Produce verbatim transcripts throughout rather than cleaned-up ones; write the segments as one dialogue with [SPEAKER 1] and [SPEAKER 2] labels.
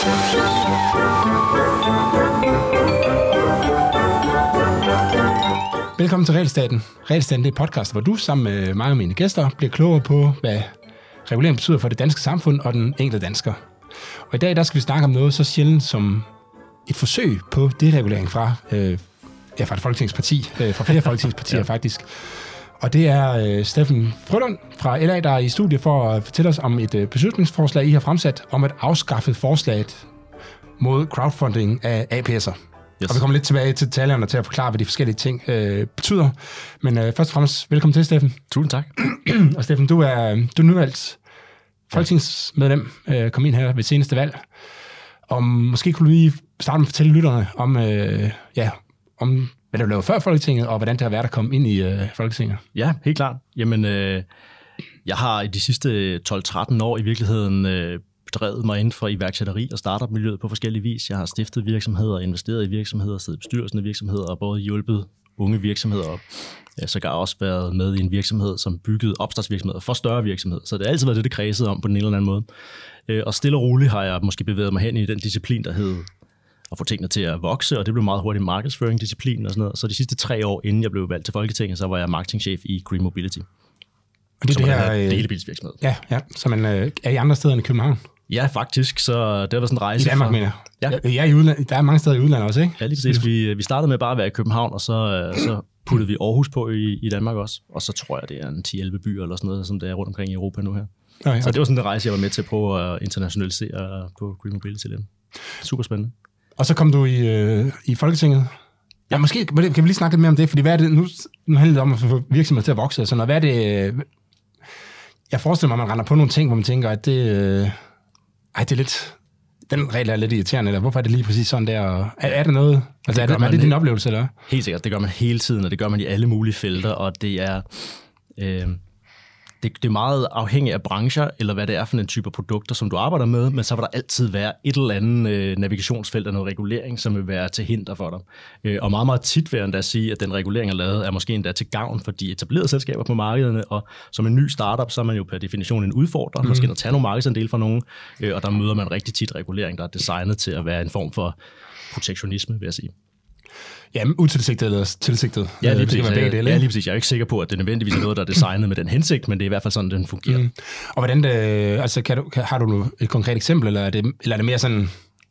[SPEAKER 1] Velkommen til Realstaten. Realstaten det er podcast, hvor du sammen med mange af mine gæster bliver klogere på, hvad regulering betyder for det danske samfund og den enkelte dansker. Og i dag der skal vi snakke om noget så sjældent som et forsøg på deregulering fra, øh, ja, fra et folketingsparti, øh, fra flere folketingspartier ja. faktisk. Og det er øh, Steffen Frølund fra L A, der er i studiet for at fortælle os om et øh, beslutningsforslag, I har fremsat om at afskaffe forslaget mod crowdfunding af A P S'er. Yes. Og vi kommer lidt tilbage til detaljerne til at forklare, hvad de forskellige ting øh, betyder. Men øh, først og fremmest, velkommen til, Steffen.
[SPEAKER 2] Tusind tak.
[SPEAKER 1] Og Steffen, du er, du er nyvalgt folketingsmedlem, øh, kom ind her ved seneste valg. Og måske kunne du lige starte med at fortælle lytterne om, øh, ja, om hvad du lavede før Folketinget, og hvordan det har været at komme ind i øh, Folketinget.
[SPEAKER 2] Ja, helt klart. Jamen, øh, jeg har i de sidste tolv tretten år i virkeligheden øh, drevet mig inden for iværksætteri og startup-miljøet på forskellige vis. Jeg har stiftet virksomheder, investeret i virksomheder, siddet i bestyrelsen af virksomheder og både hjulpet unge virksomheder op. Jeg har sågar også været med i en virksomhed, som byggede opstartsvirksomheder for større virksomheder. Så det har altid været det, det kredsede om på den ene eller anden måde. Og stille og roligt har jeg måske bevæget mig hen i den disciplin, der hed at få tingene til at vokse, og det blev meget hurtigt markedsføring-disciplin og sådan noget. Så de sidste tre år, inden jeg blev valgt til Folketinget, så var jeg marketingchef i Green Mobility.
[SPEAKER 1] Og det er det her
[SPEAKER 2] øh, delebilsvirksomhed.
[SPEAKER 1] Ja, ja. Så man øh, er i andre steder end i København?
[SPEAKER 2] Ja, faktisk. Så det var sådan en rejse.
[SPEAKER 1] I Danmark,
[SPEAKER 2] fra...
[SPEAKER 1] mener
[SPEAKER 2] jeg.
[SPEAKER 1] Ja. Ja, i udlandet. Der er mange steder i udlandet også, ikke?
[SPEAKER 2] Ja, lige præcis. Vi, vi startede med bare at være i København, og så, så puttede vi Aarhus på i, i Danmark også. Og så tror jeg, det er en ti elleve byer eller sådan noget, som det er rundt omkring i Europa nu her. Okay, så det var sådan en rejse, jeg var med til at prøve at internationalisere på Green Mobility. Super spændende. Og
[SPEAKER 1] så kom du i, øh, i Folketinget. Ja, måske kan vi lige snakke lidt mere om det, fordi hvad er det, nu, nu handler det om at få virksomheder til at vokse og sådan noget. Hvad er det, jeg forestiller mig, at man render på nogle ting, hvor man tænker, at det, øh, ej, det er lidt, den regel er lidt irriterende, eller hvorfor er det lige præcis sådan der? Er, er det noget, altså det er, det, er det din oplevelse, eller?
[SPEAKER 2] Helt sikkert, det gør man hele tiden, og det gør man i alle mulige felter, og det er... Øh, Det, det er meget afhængigt af brancher, eller hvad det er for en type produkter, som du arbejder med, men så vil der altid være et eller andet øh, navigationsfelt og noget regulering, som vil være til hinder for dig. Øh, og meget, meget tit vil jeg endda sige, at den regulering er lavet, er måske endda til gavn for de etablerede selskaber på markederne, og som en ny startup, så er man jo per definition en udfordrer, mm. måske at tage nogle markedsandel fra nogen, øh, og der møder man rigtig tit regulering, der er designet til at være en form for protektionisme, vil jeg sige.
[SPEAKER 1] Ja, utilsigtet eller tilsigtet.
[SPEAKER 2] Ja, lige præcis. Jeg, dele, ja, lige præcis. Jeg er ikke sikker på, at det nødvendigvis er noget, der er designet med den hensigt, men det er i hvert fald sådan, den fungerer. Mm.
[SPEAKER 1] Og hvordan det, altså, kan du, kan, har du et konkret eksempel, eller er det, eller er det mere sådan,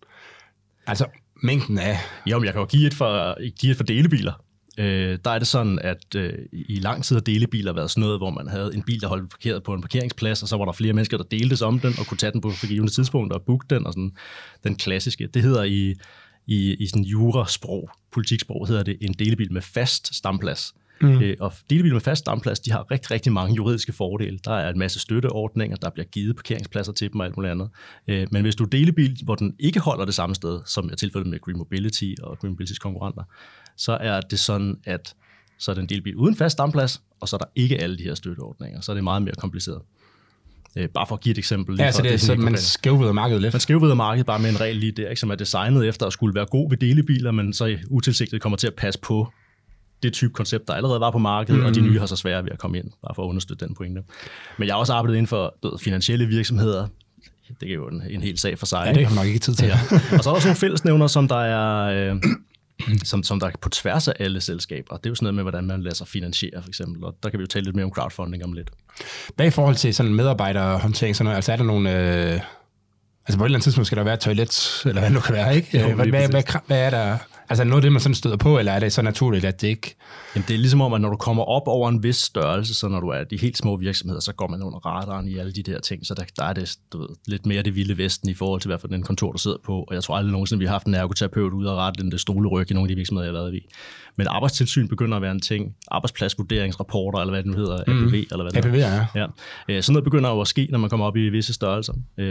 [SPEAKER 1] altså mængden af...
[SPEAKER 2] Jo, men jeg kan jo give et for, give et for delebiler. Øh, der er det sådan, at øh, i lang tid har delebiler været sådan noget, hvor man havde en bil, der holdt parkeret på en parkeringsplads, og så var der flere mennesker, der deltes om den, og kunne tage den på forgivende tidspunkt og booke den, og sådan den klassiske. Det hedder i... I, i sådan jurasprog, politiksprog, hedder det en delebil med fast stamplads. Mm. Øh, og delebiler med fast stamplads, de har rigtig, rigtig mange juridiske fordele. Der er en masse støtteordninger, der bliver givet parkeringspladser til dem og alt muligt andet. Øh, men hvis du er delebil, hvor den ikke holder det samme sted, som er tilfældet med Green Mobility og Green Mobilitys konkurrenter, så er det sådan, at så er det en delebil uden fast stamplads, og så er der ikke alle de her støtteordninger. Så er det meget mere kompliceret. Øh, bare for at give et eksempel.
[SPEAKER 1] Ja, så det er sådan, man skævvider markedet lidt.
[SPEAKER 2] Man skævvider markedet bare med en regel lige der, ikke, som er designet efter at skulle være god ved delebiler, men så utilsigtet kommer til at passe på det type koncept, der allerede var på markedet, mm. og de nye har så svære ved at komme ind, bare for at understøtte den pointe. Men jeg har også arbejdet inden for ved, finansielle virksomheder. Det er jo en, en hel sag for sig.
[SPEAKER 1] Ja, det har man nok ikke tid til.
[SPEAKER 2] Ja. Og så er der også nogle fællesnævner, som der er... Øh, Som, som der er på tværs af alle selskaber. Det er jo sådan noget med, hvordan man lader sig finansiere, for eksempel. Og der kan vi jo tale lidt mere om crowdfunding om lidt.
[SPEAKER 1] Hvad i forhold til sådan medarbejderhåndtering, sådan noget? Altså er der nogle... Øh, altså på et eller andet tidspunkt skal der være et toilet, eller hvad det nu kan være, ikke? Jo, hvad, hvad, hvad, hvad er der... Altså er det noget af det, man sådan støder på, eller er det så naturligt, at det ikke...
[SPEAKER 2] Jamen det er ligesom om, at når du kommer op over en vis størrelse, så når du er de helt små virksomheder, så går man under radaren i alle de der ting, så der, der er det du ved, lidt mere det vilde vesten i forhold til, hvad for den kontor, du sidder på. Og jeg tror aldrig nogensinde, vi har haft en ergoterapeut ude og rette den der stoleryg i nogle af de virksomheder, jeg har været i. Men arbejdstilsyn begynder at være en ting. Arbejdspladsvurderingsrapporter, eller hvad det nu hedder, A P V, mm. eller hvad det
[SPEAKER 1] A P V, ja.
[SPEAKER 2] ja. Sådan noget begynder jo at ske, når man kommer op i visse størrelser.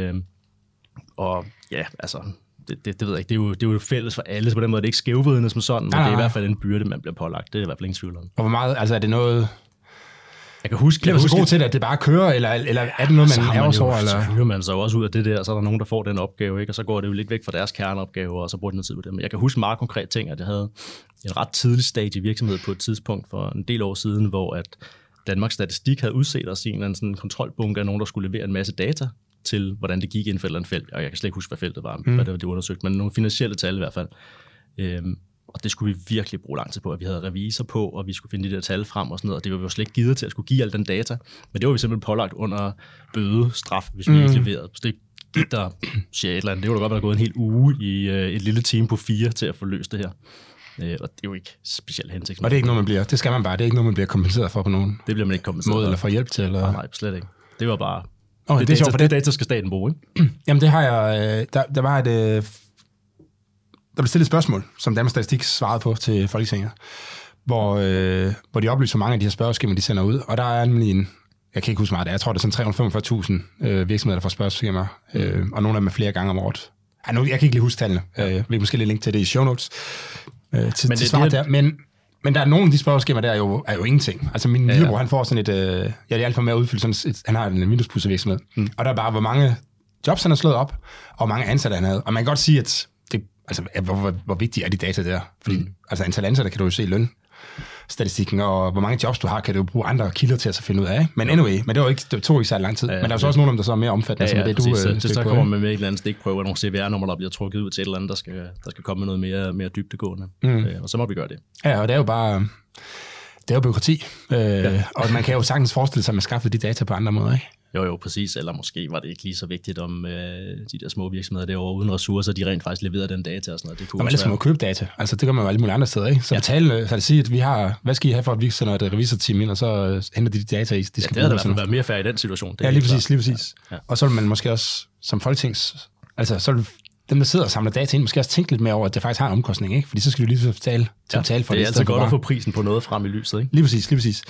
[SPEAKER 2] Og ja, altså... Det, det, det ved jeg ikke. Det er, jo, det er jo fælles for alle, så på den måde er det ikke skævvidende som sådan, men ah, det er i hvert fald en byrde, man bliver pålagt. Det er i hvert fald ingen tvivl om.
[SPEAKER 1] Og hvor meget, altså er det noget...
[SPEAKER 2] Jeg kan huske...
[SPEAKER 1] Bliver man så god til det, at det bare kører, eller, eller er det noget, man er også over?
[SPEAKER 2] Så hører man så også ud af det der, så er der nogen, der får den opgave, ikke? Og så går det jo lidt væk fra deres kerneopgave, og så bruger de noget tid på det. Men jeg kan huske meget konkret ting, at jeg havde en ret tidlig stage i virksomhed på et tidspunkt for en del år siden, hvor at Danmarks Statistik havde udset os i en eller anden sådan kontrolbunke af nogen, der skulle levere en masse data til, hvordan det gik inden for et eller andet felt. Og jeg kan slet ikke huske, hvad feltet var,
[SPEAKER 1] mm.
[SPEAKER 2] hvad det var, det undersøgt, men nogle finansielle tal i hvert fald. Øhm, og det skulle vi virkelig bruge lang tid på, at vi havde revisor på, og vi skulle finde de der tal frem og sådan noget, og det var vi jo slet ikke givet til at skulle give al den data. Men det var vi simpelthen pålagt under bødestraf, hvis vi mm. ikke leverede. Så det gik der, siger et eller andet, det var da godt være gået en hel uge i øh, et lille team på fire til at få løst det her. Øh, og det er jo ikke specielt hensigtsmæssigt.
[SPEAKER 1] Og det er ikke noget, man bliver, det skal man bare, det er ikke noget, man bliver kompenseret for på nogen
[SPEAKER 2] det bliver man ikke kompenseret
[SPEAKER 1] måde,
[SPEAKER 2] for.
[SPEAKER 1] eller får hjælp til. Eller?
[SPEAKER 2] Nej, nej, slet ikke. Det var bare,
[SPEAKER 1] oh,
[SPEAKER 2] det,
[SPEAKER 1] det, er
[SPEAKER 2] data,
[SPEAKER 1] sjovt, for
[SPEAKER 2] det data skal staten bruge, ikke?
[SPEAKER 1] Jamen det har jeg, der, der var et, der blev stillet et spørgsmål, som Danmarks Statistik svarede på til Folketinget, hvor, øh, hvor de oplyser, hvor mange af de her spørgeskemaer, de sender ud, og der er nemlig en, jeg kan ikke huske meget, jeg tror, det er sådan tre hundrede og femogfyrre tusind øh, virksomheder, der får spørgeskemaer, øh, og nogle af dem er flere gange om året. Ej, nu, jeg kan ikke lige huske tallene, øh, vi kan måske lige linke til det i show notes, øh, til,
[SPEAKER 2] men
[SPEAKER 1] til
[SPEAKER 2] det,
[SPEAKER 1] svaret
[SPEAKER 2] det,
[SPEAKER 1] der, men Men der er nogle af de spørgeskemaer, der er jo, er jo ingenting. Altså min ja, lillebror, ja. han får sådan et, øh, ja, det er alt for med at udfylde sådan et, han har en vinduespudservirksomhed, mm. og der er bare, hvor mange jobs han har slået op, og hvor mange ansatte han havde. Og man kan godt sige, at det, altså, hvor, hvor, hvor vigtige er de data der? Fordi mm. altså, antal ansatte kan du jo se i lønstatistikken, og hvor mange jobs du har, kan du jo bruge andre kilder til at så finde ud af. Men anyway, men det, var ikke, det tog ikke så lang tid. Ja, ja, men der er så også nogle af dem, der så er mere omfattende, ja, ja, som det, du
[SPEAKER 2] øh, så, så kommer man med et eller andet stikprøve, nogle C V R-nummer, der bliver trukket ud til et eller andet, der skal, der skal komme med noget mere, mere dybdegående. Mm. Øh, og så må vi gøre det.
[SPEAKER 1] Ja, og det er jo bare... Det er jo bureaukrati, øh, ja. Og man kan jo sagtens forestille sig, at man skaffer de data på andre måder, ikke?
[SPEAKER 2] Jo, jo, præcis. Eller måske var det ikke lige så vigtigt, om øh, de der små virksomheder derovre uden ressourcer, de rent faktisk leverede den data og sådan noget. Det kunne
[SPEAKER 1] man må købe data. Altså, det gør man jo alle mulige andre steder, ikke? Så ja. betale, så det siger, at vi har, hvad skal I have for, at vi sender et revisorteam ind, og så henter de de data i, de skal
[SPEAKER 2] ja, det havde i hvert fald været mere fair i den situation. Det
[SPEAKER 1] ja, lige præcis, lige præcis.
[SPEAKER 2] Ja. Ja.
[SPEAKER 1] Og så vil man måske også, som folketings, altså, så vil dem, der sidder og samler data ind, måske også tænke lidt mere over, at det faktisk har en omkostning, ikke? Fordi så skal du lige betale, ja, betale for det.
[SPEAKER 2] Det er altid godt bare at få prisen på noget frem i lyset, ikke?
[SPEAKER 1] Lige præcis, lige præcis.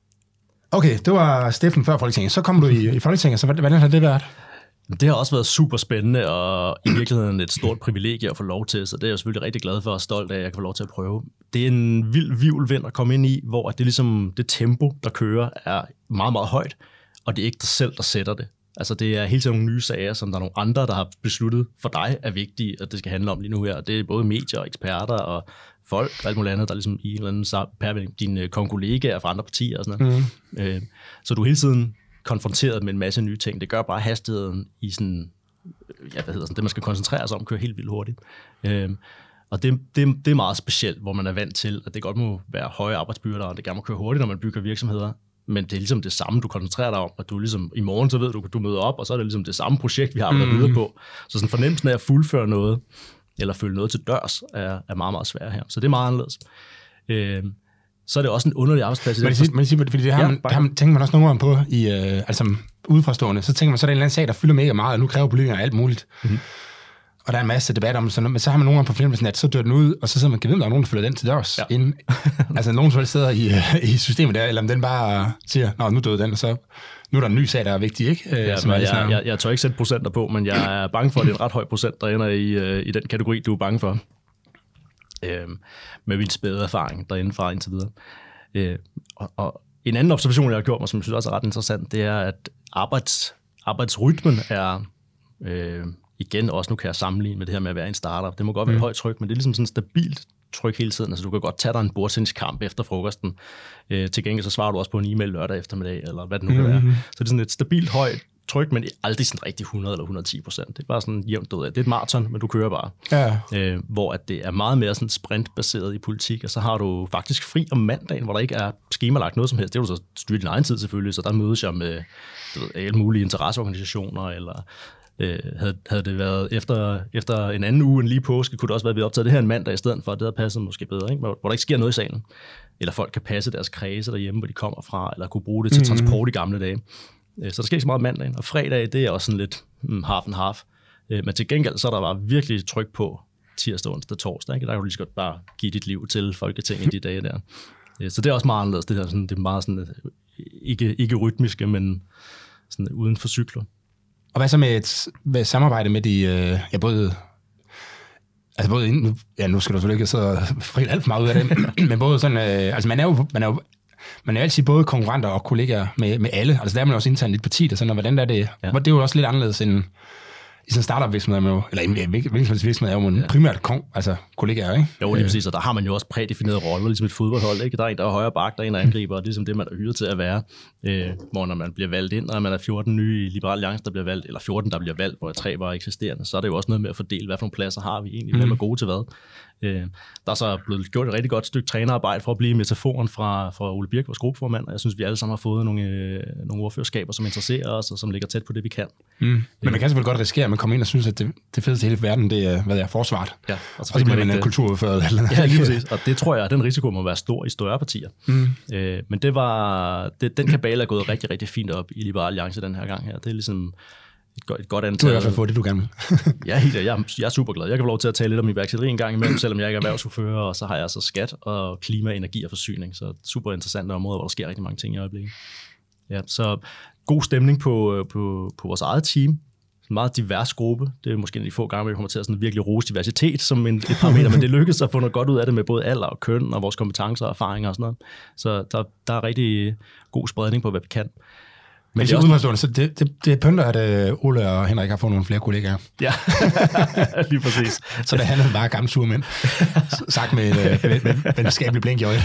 [SPEAKER 1] Okay, det var Steffen før Folketinget. Så kommer du i, i Folketinget, så hvordan har det været?
[SPEAKER 2] Det har også været super spændende, og i virkeligheden et stort privilegie at få lov til, så det er jeg selvfølgelig rigtig glad for og stolt af, at jeg kan få lov til at prøve. Det er en vild vivlvind at komme ind i, hvor det ligesom det tempo, der kører, er meget, meget højt, og det er ikke dig selv, der sætter det. Altså det er hele tiden nogle nye sager, som der er nogle andre, der har besluttet for dig, er vigtige, at det skal handle om lige nu her. Det er både medier og eksperter og folk og alt muligt andet, der ligesom i en eller anden pærvæling, dine konkollegaer fra andre partier og sådan noget. Mm. Øh, så du er hele tiden konfronteret med en masse nye ting. Det gør bare hastigheden i sådan, ja, hvad hedder sådan, det man skal koncentrere sig om, kører helt vildt hurtigt. Øh, og det, det, det er meget specielt, hvor man er vant til, at det godt må være høje arbejdsbyrder, og det gerne må køre hurtigt, når man bygger virksomheder. Men det er ligesom det samme, du koncentrerer dig om, at du ligesom i morgen, så ved du, du møder op, og så er det ligesom det samme projekt, vi har arbejdet mm. videre på. Så sådan fornemmelsen af at fuldføre noget, eller følge noget til dørs, er, er meget, meget svært her. Så det er meget anderledes. Øh, så er det også en underlig arbejdsplads.
[SPEAKER 1] Men det, men det, fordi det har, ja, man, det har man, tænker man også nogle gange på, i, øh, altså udefrastående, så tænker man, så er der en eller anden sag, der fylder mega meget, og nu kræver politikerne alt muligt. Mm-hmm. Og der er en masse debat om sådan noget, men så har man nogle gange på fornemmelsen, at så dør den ud, og så sidder man, kan vide, om der er nogen, der følger den til dørs. Ja. Inden, altså nogen, der sidder i, i systemet der, eller om den bare siger, nå, nu døde den, og så nu er der en ny sag, der er vigtig, ikke?
[SPEAKER 2] Ja, som jeg, jeg, jeg, jeg tør ikke sætte procenter på, men jeg er bange for, at det er en ret høj procent, der ender i, i den kategori, du er bange for. Øhm, med min spæde erfaring derindefra indtil videre. Øh, og, og en anden observation, jeg har gjort mig, som jeg synes også er ret interessant, det er, at arbejds, arbejdsrytmen er... Øh, igen også, nu kan jeg sammenligne med det her med at være en startup. Det må godt være mm. et højt tryk, men det er ligesom sådan et stabilt tryk hele tiden. Altså du kan godt tage dig en bordtenniskamp efter frokosten. Øh, til gengæld så svarer du også på en e-mail lørdag eftermiddag, eller hvad det nu kan mm-hmm. være. Så det er sådan et stabilt højt tryk, men aldrig sådan rigtig hundrede eller hundrede og ti procent. Det er bare sådan jævnt død af. Det er et maraton, men du kører bare. Ja. Øh, hvor at det er meget mere sådan sprintbaseret i politik, og så har du faktisk fri om mandagen, hvor der ikke er skemalagt noget som helst. Det er du så styre din egen tid selvfølgelig, så der mødes jeg med du ved, alle mulige interesseorganisationer, eller Øh, havde, havde det været efter, efter en anden uge end lige påske, kunne det også være, at vi optaget det her en mandag i stedet for, at det havde passet måske bedre, ikke? Hvor, hvor der ikke sker noget i salen. Eller folk kan passe deres kredse derhjemme, hvor de kommer fra, eller kunne bruge det til mm-hmm. transport i gamle dage. Øh, så der sker ikke så meget mandagen. Og fredag, det er også sådan lidt mm, half and half. Øh, men til gengæld, så er der bare virkelig tryk på tirsdag, onsdag, torsdag. Ikke? Der kan du lige så godt bare give dit liv til Folketinget de dage der. Øh, så det er også meget anderledes. Det, her, sådan, det er meget sådan, ikke, ikke rytmiske, men sådan uden for cykler.
[SPEAKER 1] Og hvad så med et med samarbejde med de, øh, ja både, altså både, nu, ja nu skal du selvfølgelig ikke sidde fri alt for meget ud af det, men både sådan, øh, altså man er jo, man er jo, man er jo altid både konkurrenter og kollegaer med, med alle, altså der er man også internt i et parti, og sådan, og hvordan er det, ja. Det er jo også lidt anderledes end, i sådan en startup-virksomhed, er jo, eller i en virksomhed er jo ja. primært kon, altså kollegaer, ikke?
[SPEAKER 2] Jo, lige præcis, og der har man jo også prædefinerede roller, ligesom et fodboldhold, ikke? Der er en, der er højre bak, der er en, der angriber, og det er ligesom det, man er hyret til at være. Øh, hvor når man bliver valgt ind, og man er fjorten nye i Liberal Alliance, der bliver valgt, eller fjorten, der bliver valgt, hvor tre var eksisterende, så er det jo også noget med at fordele, hvad for nogle pladser har vi egentlig, mm. hvem er gode til hvad. Øh, der er så blevet gjort et rigtig godt stykke trænerarbejde for at blive metaforen fra, fra Ole Birk, vores gruppeformand, og jeg synes, vi alle sammen har fået nogle, øh, nogle ordførerskaber, som interesserer os, og som ligger tæt på det, vi kan.
[SPEAKER 1] Mm. Men man kan selvfølgelig godt risikere, at man kommer ind og synes, at det, det fedeste i hele verden, det er, hvad det er, forsvaret. Ja, og så, og så bliver man en kulturudfører. Eller
[SPEAKER 2] ja, lige præcis. Og det tror jeg, at den risiko må være stor i større partier. Mm. Øh, men det var, det, den kabale er gået rigtig, rigtig fint op i Liberal Alliance den her gang her. Det er ligesom et godt, et godt antal.
[SPEAKER 1] Du har i hvert fald fået det, du gerne vil.
[SPEAKER 2] Ja, jeg, jeg, jeg er super glad. Jeg kan få lov til at tale lidt om iværksætteri en gang imellem, selvom jeg ikke er erhvervsordfører, og så har jeg så skat og klima, energi og forsyning. Så super interessante områder, hvor der sker rigtig mange ting i øjeblikket. Ja, så god stemning på, på, på vores eget team. En meget divers gruppe. Det er måske en af de få gange, vi kommer til at sådan virkelig rose diversitet som en, et parameter, men det lykkedes at få noget godt ud af det med både alder og køn og vores kompetencer og erfaringer og sådan noget. Så der, der er rigtig god spredning på, hvad vi kan.
[SPEAKER 1] Men det er også... så det, det, det pynter, at uh, Ole og Henrik har fået nogle flere kollegaer.
[SPEAKER 2] Ja, lige præcis.
[SPEAKER 1] Så det handler bare gamle sure mænd. Sagt med et med, med, venskabeligt blink i øjet.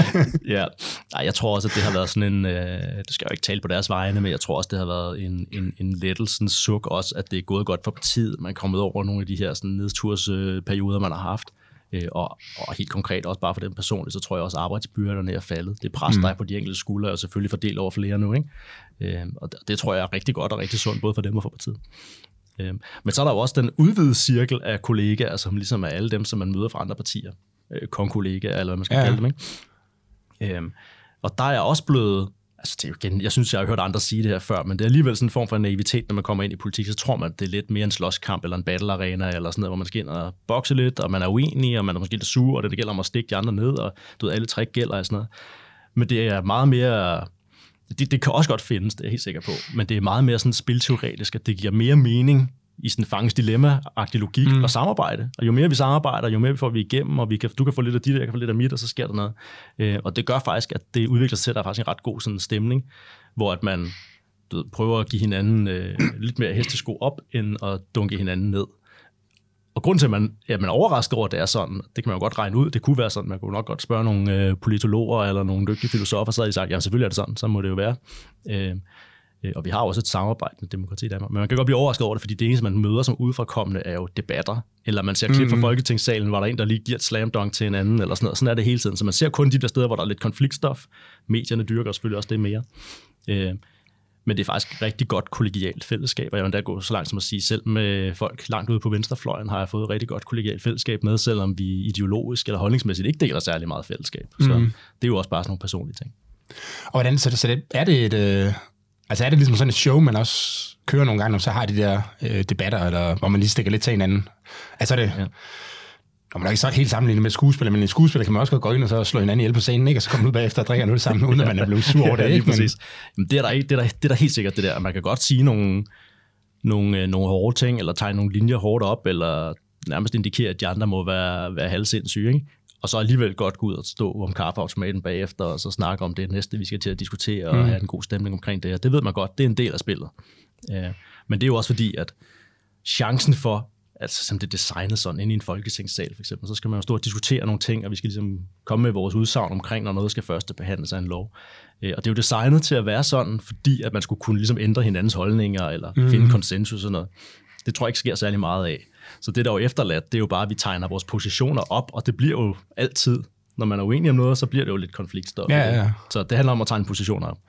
[SPEAKER 2] Ja, ej, jeg tror også, at det har været sådan en, øh, det skal jeg jo ikke tale på deres vegne, men jeg tror også, det har været en, en, en lettelsens suk også, at det er gået godt for partiet. Man er kommet over nogle af de her sådan, nedtursperioder, man har haft. Og, og helt konkret også bare for den personligt, så tror jeg også, at arbejdsbyrderne er faldet. Det presser dig mm. på de enkelte skuldre, og selvfølgelig fordelt over flere nu. Ikke? Øh, og det, det tror jeg er rigtig godt og rigtig sundt, både for dem og for partiet. Øh, men så er der jo også den udvidede cirkel af kollegaer, som ligesom er alle dem, som man møder fra andre partier. Øh, konkollegaer, eller hvad man skal ja. kalde dem. Ikke? Øh, og der er også blevet... Altså, det er jo igen, jeg synes, jeg har hørt andre sige det her før, men det er alligevel sådan en form for naivitet, når man kommer ind i politik, så tror man, at det er lidt mere en slåskamp eller en battle arena, eller sådan noget, hvor man skal ind og bokse lidt, og man er uenig, og man er måske lidt sur, og det, det gælder om at stikke de andre ned, og du ved, alle træk gælder og sådan noget. Men det er meget mere... Det, det kan også godt findes, det er jeg helt sikker på, men det er meget mere sådan spilteoretisk, at det giver mere mening i sådan fangens dilemma-agtig logik mm. og samarbejde. Og jo mere vi samarbejder, jo mere vi får vi igennem, og vi kan, du kan få lidt af dit, jeg kan få lidt af mit, og så sker der noget. Øh, og det gør faktisk, at det udvikler sig til, at der er faktisk en ret god sådan stemning, hvor at man du ved, prøver at give hinanden øh, lidt mere hestesko op, end at dunke hinanden ned. Og grunden til, at man, ja, man er overrasket over, at det er sådan, det kan man jo godt regne ud, det kunne være sådan, man kunne nok godt spørge nogle øh, politologer eller nogle dygtige filosofer, så havde de sagt, ja, selvfølgelig er det sådan, så må det jo være. Øh, Og vi har også et samarbejde med demokrati i Danmark. Men man kan godt blive overrasket over det, fordi det eneste, man møder som udefrakommende, er jo debatter. Eller man ser klip fra Folketingssalen, hvor der er en, der lige giver et slam dunk til en anden, eller sådan noget. Sådan er det hele tiden. Så man ser kun de der steder, hvor der er lidt konfliktstof. Medierne dyrker selvfølgelig også det mere. Øh, men det er faktisk rigtig godt kollegialt fællesskab, og jeg vil endda gå så langt som at sige, selv med folk langt ude på venstrefløjen, har jeg fået rigtig godt kollegialt fællesskab med, selvom vi ideologisk eller holdningsmæssigt ikke deler særlig meget fællesskab. Så mm. det er jo også bare sådan nogle personlige ting.
[SPEAKER 1] Og hvordan, så, så det, er det et... Øh... Altså er det ligesom sådan et show, man også kører nogle gange, og så har de der øh, debatter, eller, hvor man lige stikker lidt til hinanden. Altså er det... Ja. Og man er ikke så helt sammenlignet med skuespiller, men en skuespiller kan man også godt gå ind og så slå hinanden ihjel på scenen, ikke? Og så komme ud bagefter og drikke en øl sammen, uden at man er blevet sur over det.
[SPEAKER 2] Ja,
[SPEAKER 1] ikke?
[SPEAKER 2] Men... Jamen, det, er der ikke, det, er der, det er der helt sikkert det der. Man kan godt sige nogle, nogle, øh, nogle hårde ting, eller tegne nogle linjer hårdt op, eller nærmest indikere, at de andre må være, være halvsindssyge, ikke? Og så alligevel godt gå ud og stå om kaffeautomaten bagefter, og så snakke om det næste, vi skal til at diskutere, og mm. have en god stemning omkring det. Og det ved man godt, det er en del af spillet. Ja. Men det er jo også fordi, at chancen for, altså som det er designet sådan, inde i en folketingssal for eksempel, så skal man jo stå og diskutere nogle ting, og vi skal ligesom komme med vores udsagn omkring, når noget skal første behandles af en lov. Og det er jo designet til at være sådan, fordi at man skulle kunne ligesom ændre hinandens holdninger, eller mm. finde konsensus og noget. Det tror jeg ikke sker særlig meget af. Så det, der er jo efterladt, det er jo bare, at vi tegner vores positioner op, og det bliver jo altid, når man er uenig om noget, så bliver det jo lidt konfliktstof.
[SPEAKER 1] Ja, ja.
[SPEAKER 2] Så det handler om at tegne positioner op.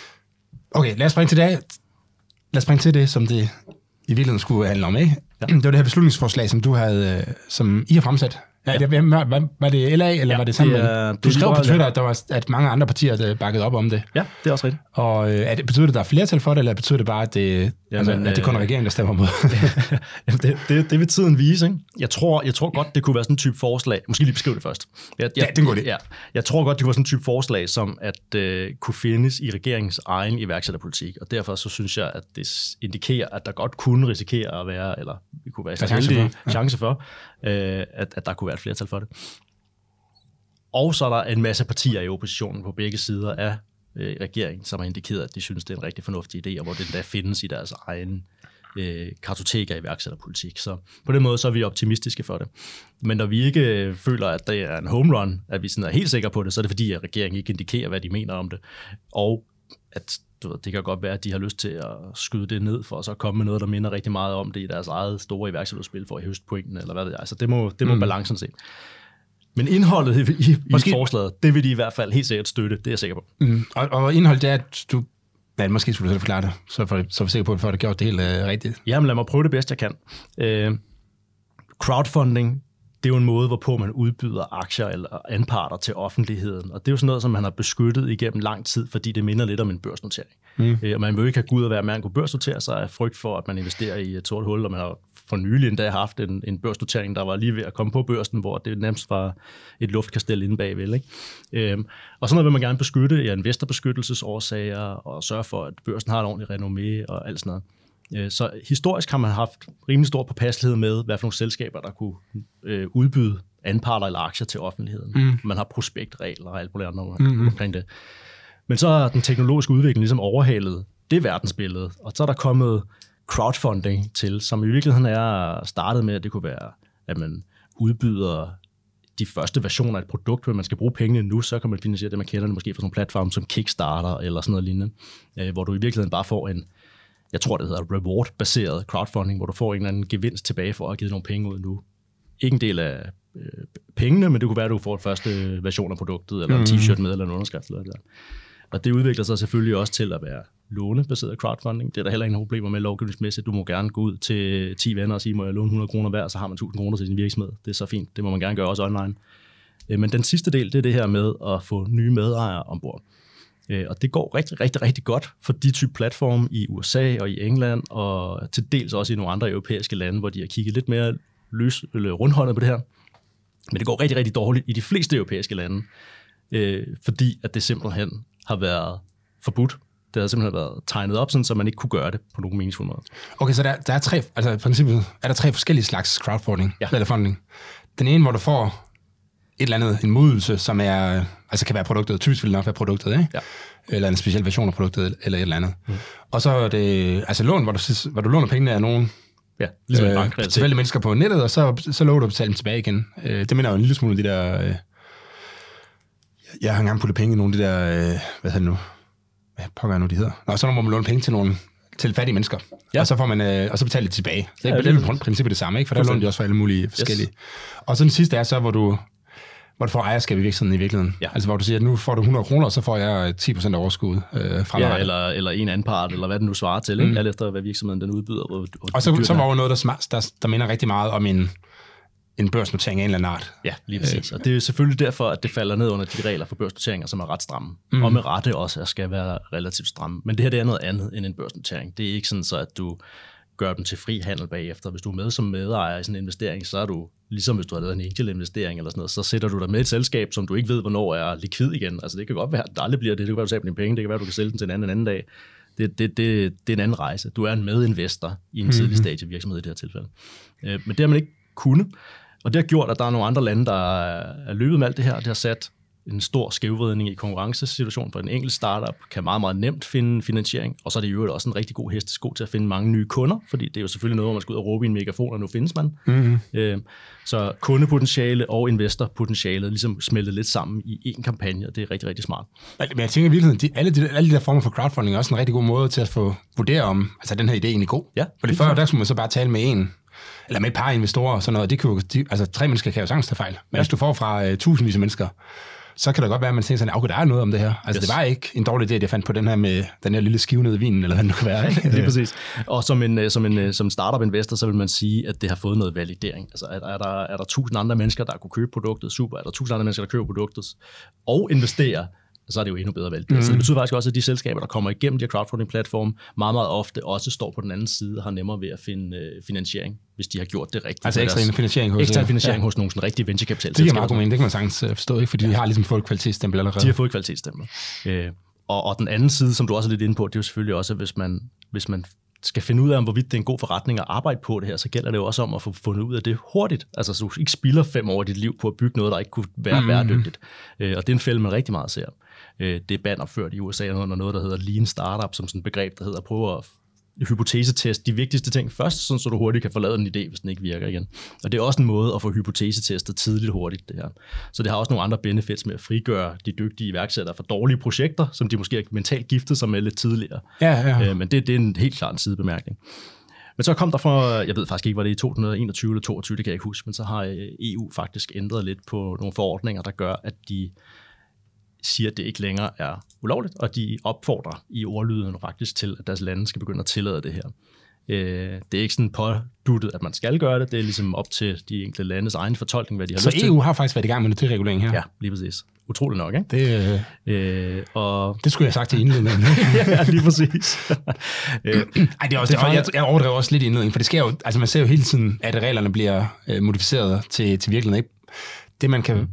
[SPEAKER 1] Okay, lad os springe til det. Lad os springe til det, som det i virkeligheden skulle handle om, ikke? Ja. Det var det her beslutningsforslag, som du havde, som I har fremsat. Ja, ja. Det, var, var det L A, eller ja, var det sammen? Det er, du skrev på Twitter, at, der var, at mange andre partier havde bakket op om det.
[SPEAKER 2] Ja, det er også rigtigt.
[SPEAKER 1] Og er det, betyder det, at der er flertal for det, eller betyder det bare, at det, Jamen, altså, at det kun er regeringen, der stemmer mod?
[SPEAKER 2] det, det, det vil tiden vise, ikke? Jeg tror, jeg tror godt, det kunne være sådan en type forslag. Måske lige beskrive det først. Jeg, jeg,
[SPEAKER 1] ja, det kunne det.
[SPEAKER 2] Ja, jeg tror godt, det kunne være sådan en type forslag, som at uh, kunne findes i regeringens egen iværksætterpolitik. Og derfor så synes jeg, at det indikerer, at der godt kunne risikere at være, eller vi kunne være så heldige chance for, uh, at, at der kunne være et flertal for det. Og så er der en masse partier i oppositionen på begge sider af øh, regeringen, som har indikeret, at de synes, det er en rigtig fornuftig idé, og hvor det endda findes i deres egen øh, kartotek af iværksætterpolitik. Så på den måde så er vi optimistiske for det. Men når vi ikke føler, at det er en home run, at vi sådan er helt sikre på det, så er det fordi, at regeringen ikke indikerer, hvad de mener om det. Og at du ved, det kan godt være, at de har lyst til at skyde det ned, for at så komme med noget, der minder rigtig meget om det i deres eget store iværksætterudspil for at høste pointen, eller hvad ved jeg. Så det må, det må mm. balancen se. Men indholdet i, i, i forslaget, det vil de i hvert fald helt sikkert støtte, det er jeg sikker på. Mm.
[SPEAKER 1] Og, og indholdet er, at du... Ja, måske skulle du selv forklare det, så, for, så er vi sikre på, at du har gjort det helt øh, rigtigt.
[SPEAKER 2] Jamen, lad mig prøve det bedst, jeg kan. Øh, crowdfunding, det er jo en måde, hvorpå man udbyder aktier eller anparter til offentligheden. Og det er jo sådan noget, som man har beskyttet igennem lang tid, fordi det minder lidt om en børsnotering. Mm. Øh, og man vil jo ikke have Gud at være med, at man kunne børsnotere sig af frygt for, at man investerer i et sort hul, og man har for nylig endda haft en, en børsnotering, der var lige ved at komme på børsen, hvor det nærmest var et luftkastel inde bagved. Ikke? Øhm, og sådan noget vil man gerne beskytte i investorbeskyttelsesårsager, og sørge for, at børsen har et ordentligt renommé og alt sådan noget. Øh, så historisk har man haft rimelig stor påpasselighed med, hvad for nogle selskaber, der kunne øh, udbyde anparter eller aktier til offentligheden. Mm. Man har prospektregler og alt muligt andet mm-hmm. omkring det. Men så er den teknologiske udvikling ligesom overhalet det verdensbillede, og så er der kommet crowdfunding til, som i virkeligheden er startet med, at det kunne være, at man udbyder de første versioner af et produkt, hvor man skal bruge pengene nu, så kan man finansiere det, man kender det måske fra sådan en platform som Kickstarter eller sådan noget lignende, hvor du i virkeligheden bare får en, jeg tror det hedder reward-baseret crowdfunding, hvor du får en eller anden gevinst tilbage for at have givet nogle penge ud nu. Ikke en del af øh, pengene, men det kunne være, at du får et første version af produktet, eller en t-shirt med, eller en underskrift. Eller der. Og det udvikler sig selvfølgelig også til at være lånebaseret crowdfunding. Det er der heller ingen problemer med lovgivningsmæssigt. Du må gerne gå ud til ti venner og sige, må jeg låne hundrede kroner hver, så har man tusind kroner til sin virksomhed. Det er så fint. Det må man gerne gøre også online. Men den sidste del, det er det her med at få nye medejere ombord. Og det går rigtig, rigtig, rigtig godt for de type platforme i U S A og i England, og til dels også i nogle andre europæiske lande, hvor de har kigget lidt mere løs, eller rundhåndet på det her. Men det går rigtig, rigtig dårligt i de fleste europæiske lande, øh, fordi at det simpelthen har været forbudt. Det har simpelthen været tegnet op, sådan, så man ikke kunne gøre det på nogen meningsfuld måde.
[SPEAKER 1] Okay, så der, der er tre, altså i princippet er der tre forskellige slags crowdfunding,
[SPEAKER 2] ja.
[SPEAKER 1] eller funding. Den ene, hvor du får et eller andet, en modydelse, som er, altså kan være produktet, typisk vil det nok være produktet, ikke?
[SPEAKER 2] Ja.
[SPEAKER 1] Eller en speciel version af produktet, eller et eller andet. Mm. Og så er det, altså lån, hvor du, hvor du låner pengene af nogen,
[SPEAKER 2] ja, ligesom øh, en bank,
[SPEAKER 1] tilfældige mennesker på nettet, og så, så lover du at betale dem tilbage igen. Øh, det minder jo en lille smule de der, øh, jeg har engang puttet penge i nogle af de der, øh, hvad hedder det nu, hvad pokker nu de hedder? Nå, så må man låne penge til nogle, til fattige mennesker, ja. og så får man, øh, og så betaler det tilbage. Så det er ja, i princippet det samme, ikke? For der låner de også for alle mulige forskellige. Yes. Og så den sidste er så, hvor du, hvor du får ejerskab i virksomheden i virkeligheden. Ja. Altså hvor du siger, at nu får du hundrede kroner, og så får jeg ti procent af overskud øh, fra
[SPEAKER 2] ja, eller, eller en anden part, eller hvad det nu svarer til, ikke? Mm. Alt efter, hvad virksomheden den udbyder. Og,
[SPEAKER 1] og, og så, så var jo noget, der, smart, der, der minder rigtig meget om en, en børsnotering af en eller anden art.
[SPEAKER 2] Ja, lige præcis. Og det er selvfølgelig derfor, at det falder ned under de regler for børsnoteringer, som er ret stramme. Mm. Og med rette også skal være relativt stramme. Men det her det er noget andet end en børsnotering. Det er ikke sådan så, at du gør dem til fri handel bagefter. Hvis du er med som medejer i sådan en investering, så er du, ligesom hvis du har lavet en angel-investering eller sådan noget, så sætter du dig med et selskab, som du ikke ved, hvornår er likvid igen. Altså det kan godt være, at det aldrig bliver det. Det kan være, at du taber dine penge. Det kan være, at du kan sælge den til en anden en anden dag. Det, det, det, det er en anden rejse. Du er en medinvestor i en mm-hmm. tidlig stage virksomhed i det her tilfælde. Men det har man ikke kunnet. Og det har gjort, at der er nogle andre lande, der er løbet med alt det her. Det har sat en stor skævvridning i konkurrencesituationen, for en enkelt startup kan meget, meget nemt finde finansiering, og så er det jo også en rigtig god hestesko til at finde mange nye kunder, fordi det er jo selvfølgelig noget, hvor man skal ud og råbe i en megafon, og nu findes man. Mm-hmm. Øh, så kundepotentiale og investorpotentialet ligesom smeltet lidt sammen i én kampagne, og det er rigtig, rigtig smart.
[SPEAKER 1] Men jeg tænker i virkeligheden, de, alle, de, alle de der former for crowdfunding er også en rigtig god måde til at få vurdere om, altså den her idé er egentlig god.
[SPEAKER 2] Ja,
[SPEAKER 1] fordi før, der skulle man så bare tale med en, eller med et par investorer og sådan noget, det kan jo, de, altså tre mennesker kan jo sagtens tage fejl, men ja. Hvis du får fra uh, tusindvis af mennesker, så kan det godt være, at man tænker sådan, okay, der er noget om det her. Altså, yes. Det var ikke en dårlig idé, at jeg fandt på den her med den her lille skive ned i vinen, eller hvad det nu kan være. Ikke?
[SPEAKER 2] Det er præcis. Og som en, som en som startup-investor, så vil man sige, at det har fået noget validering. Altså, er, er, der, er der tusind andre mennesker, der kunne købe produktet? Super. Er der tusind andre mennesker, der køber produktet og investerer? Så er det jo endnu bedre valgt. Mm. Så det betyder faktisk også, at de selskaber, der kommer igennem de her crowdfunding-platforme, meget, meget ofte også står på den anden side og har nemmere ved at finde øh, finansiering, hvis de har gjort det rigtigt.
[SPEAKER 1] Altså ekstra finansiering hos,
[SPEAKER 2] ekstra finansiering ja. hos nogle sådan rigtige venture-kapital.
[SPEAKER 1] Det er meget god mening, det kan man sagtens forstå, ikke? Fordi ja. de har ligesom fået et kvalitetsstempel allerede.
[SPEAKER 2] De har fået et kvalitetsstempel. Øh, og, og den anden side, som du også er lidt inde på, det er jo selvfølgelig også, hvis man, hvis man skal finde ud af, hvorvidt det er en god forretning at arbejde på det her, så gælder det jo også om at få fundet ud af det hurtigt. Altså, så du ikke spilder fem år af dit liv på at bygge noget, der ikke kunne være mm-hmm. bæredygtigt. Øh, og det er en fælde, man rigtig meget ser. Det er bannerført i U S A under noget, der hedder Lean Startup, som sådan et begreb, der hedder at prøve at hypotesetest de vigtigste ting først, sådan, så du hurtigt kan forlade en idé, hvis den ikke virker igen. Og det er også en måde at få hypotesetestet tidligt hurtigt, det her. Så det har også nogle andre benefits med at frigøre de dygtige iværksættere for dårlige projekter, som de måske har mentalt giftet sig med lidt tidligere.
[SPEAKER 1] Ja, ja.
[SPEAKER 2] Øh, men det, det er en helt klart en sidebemærkning. Men så kom der fra, jeg ved faktisk ikke, var det i to tusind og enogtyve eller toogtyve, det kan jeg ikke huske, men så har E U faktisk ændret lidt på nogle forordninger, der gør, at de siger, at det ikke længere er ulovligt, og de opfordrer i ordlyden faktisk til, at deres lande skal begynde at tillade det her. Det er ikke sådan påduttet, at man skal gøre det, det er ligesom op til de enkelte landes egen fortolkning, hvad de har
[SPEAKER 1] så
[SPEAKER 2] lyst til.
[SPEAKER 1] Så E U har faktisk været i gang med noget deregulering her?
[SPEAKER 2] Ja, lige præcis. Utroligt nok, ikke?
[SPEAKER 1] Det,
[SPEAKER 2] øh, og...
[SPEAKER 1] det skulle jeg have sagt til indledningen.
[SPEAKER 2] Ja, lige præcis.
[SPEAKER 1] øh, Ej, det er også, det er, jeg, jeg overdriver også lidt i indledningen, for det sker jo, altså man ser jo hele tiden, at reglerne bliver øh, modificeret til, til virkeligheden, ikke? Det man kan... Mm.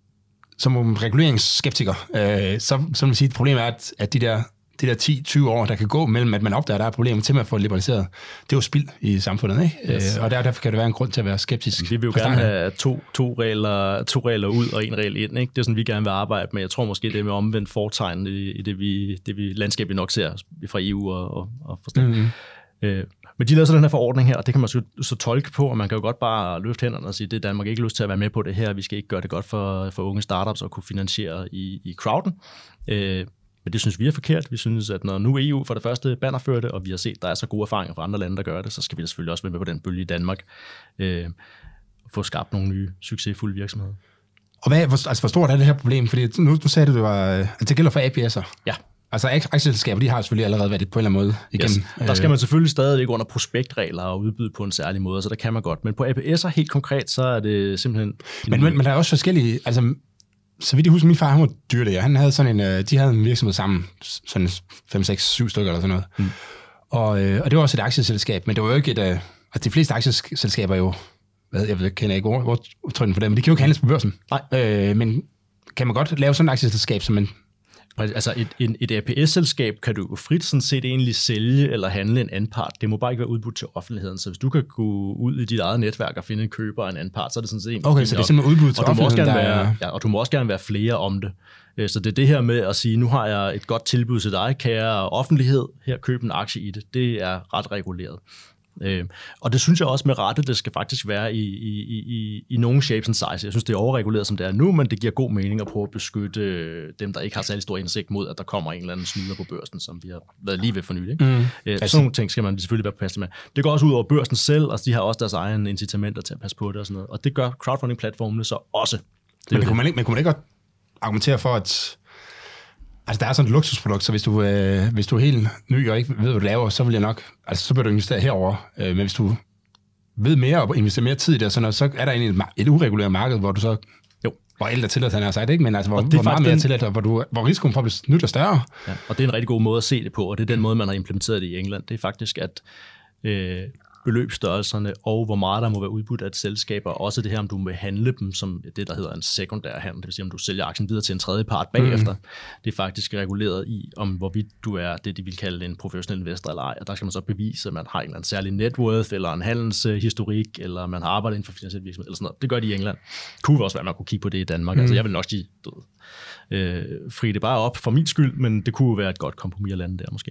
[SPEAKER 1] Som reguleringsskeptiker, øh, så, så vil jeg sige, at problemet er, at, at de der, de der ti til tyve år, der kan gå mellem, at man opdager, at der er problemer til at få liberaliseret, det er jo spild i samfundet, ikke? Yes. Øh, og der, derfor kan det være en grund til at være skeptisk.
[SPEAKER 2] Vi vil jo gerne have to, to, regler, to regler ud og en regel ind, ikke? Det er sådan, vi gerne vil arbejde med. Jeg tror måske, det er med omvendt fortegn i, i det, vi, det vi, landskab, vi nok ser fra E U og, og, og forstand. Mm-hmm. Øh, Men de lavede så den her forordning her, og det kan man så, så tolke på, og man kan jo godt bare løfte hænderne og sige, det er Danmark ikke lyst til at være med på det her, vi skal ikke gøre det godt for, for unge startups at kunne finansiere i, i crowden. Øh, men det synes vi er forkert. Vi synes, at når nu E U for det første bannerfører det, og vi har set, at der er så gode erfaringer fra andre lande, der gør det, så skal vi da selvfølgelig også være med på den bølge i Danmark, øh, og få skabt nogle nye succesfulde virksomheder.
[SPEAKER 1] Og hvad, altså, hvor stort er det her problem? Fordi nu, nu sagde du, det var, at det gælder for A P S'er. Ja. Altså aktieselskaber, de har selvfølgelig allerede været på en eller anden måde igennem.
[SPEAKER 2] Yes. Der skal man selvfølgelig stadig under prospektregler og udbyde på en særlig måde, så der kan man godt. Men på A P S'er helt konkret, så er det simpelthen...
[SPEAKER 1] Men, men, men der er også forskellige... Altså, så vidt jeg husker, min far, han var dyrlæger. Han havde sådan en... De havde en virksomhed sammen, sådan fem, seks, syv stykker eller sådan noget. Mm. Og, og det var også et aktieselskab, men det var jo ikke et... Altså, de fleste aktieselskaber er jo... Hvad, jeg ved, kender ikke ordtrykken for det, men de kan jo ikke handles på børsen.
[SPEAKER 2] Nej.
[SPEAKER 1] Øh, men kan man godt lave sådan et aktieselskab, som man...
[SPEAKER 2] Altså et, et, et A P S-selskab kan du jo frit sådan set egentlig sælge eller handle en anpart. Det må bare ikke være udbudt til offentligheden. Så hvis du kan gå ud i dit eget netværk og finde en køber af en anpart, så er det sådan set...
[SPEAKER 1] Okay, så det er simpelthen udbudt til
[SPEAKER 2] og
[SPEAKER 1] offentligheden?
[SPEAKER 2] Du være, ja, og du må også gerne være flere om det. Så det er det her med at sige, nu har jeg et godt tilbud til dig, kære offentlighed, her køb en aktie i det. Det er ret reguleret. Øh, og det synes jeg også med rette, det skal faktisk være i, i, i, i nogle shapes and size. Jeg synes, det er overreguleret, som det er nu, men det giver god mening at prøve at beskytte dem, der ikke har særlig stor indsigt mod, at der kommer en eller anden snyder på børsen, som vi har været lige ved for nylig. Mm. Øh, altså, sådan nogle ting skal man selvfølgelig være påpasselig med. Det går også ud over børsen selv, og de har også deres egen incitamenter til at passe på det og sådan noget. Og det gør crowdfunding-platformene så også. Det
[SPEAKER 1] men det kunne man ikke, man kunne man ikke godt argumentere for, at altså, der er sådan et luksusprodukt, så hvis du, øh, hvis du er helt ny og ikke ved, hvad du laver, så vil jeg nok, altså så bør du investere herover. Øh, men hvis du ved mere og investerer mere tid i det, så, når, så er der egentlig et, et ureguleret marked, hvor du så, jo, hvor ældre tilladt han har sagt, ikke? Men altså, hvor, hvor meget mere den... tilladt, og hvor, du, hvor risikoen for at blive snydt er større.
[SPEAKER 2] Ja, og det er en rigtig god måde at se det på, og det er den måde, man har implementeret det i England. Det er faktisk, at øh, beløbsstørrelserne og hvor meget der må være udbudt af et selskab, og også det her, om du må handle dem som det, der hedder en sekundær handel, det vil sige, om du sælger aktien videre til en tredje part bagefter. Mm. Det er faktisk reguleret i, om hvorvidt du er det, de vil kalde en professionel investor eller ej, og der skal man så bevise, at man har en eller anden særlig net worth, eller en handelshistorik, eller man har arbejdet inden for finansiel virksomhed, eller sådan noget. Det gør de i England. Kunne også være, at man kunne kigge på det i Danmark. Mm. Altså, jeg vil nok sige, du ved, øh, fri det bare op for min skyld, men det kunne være et godt kompromis at lande der måske.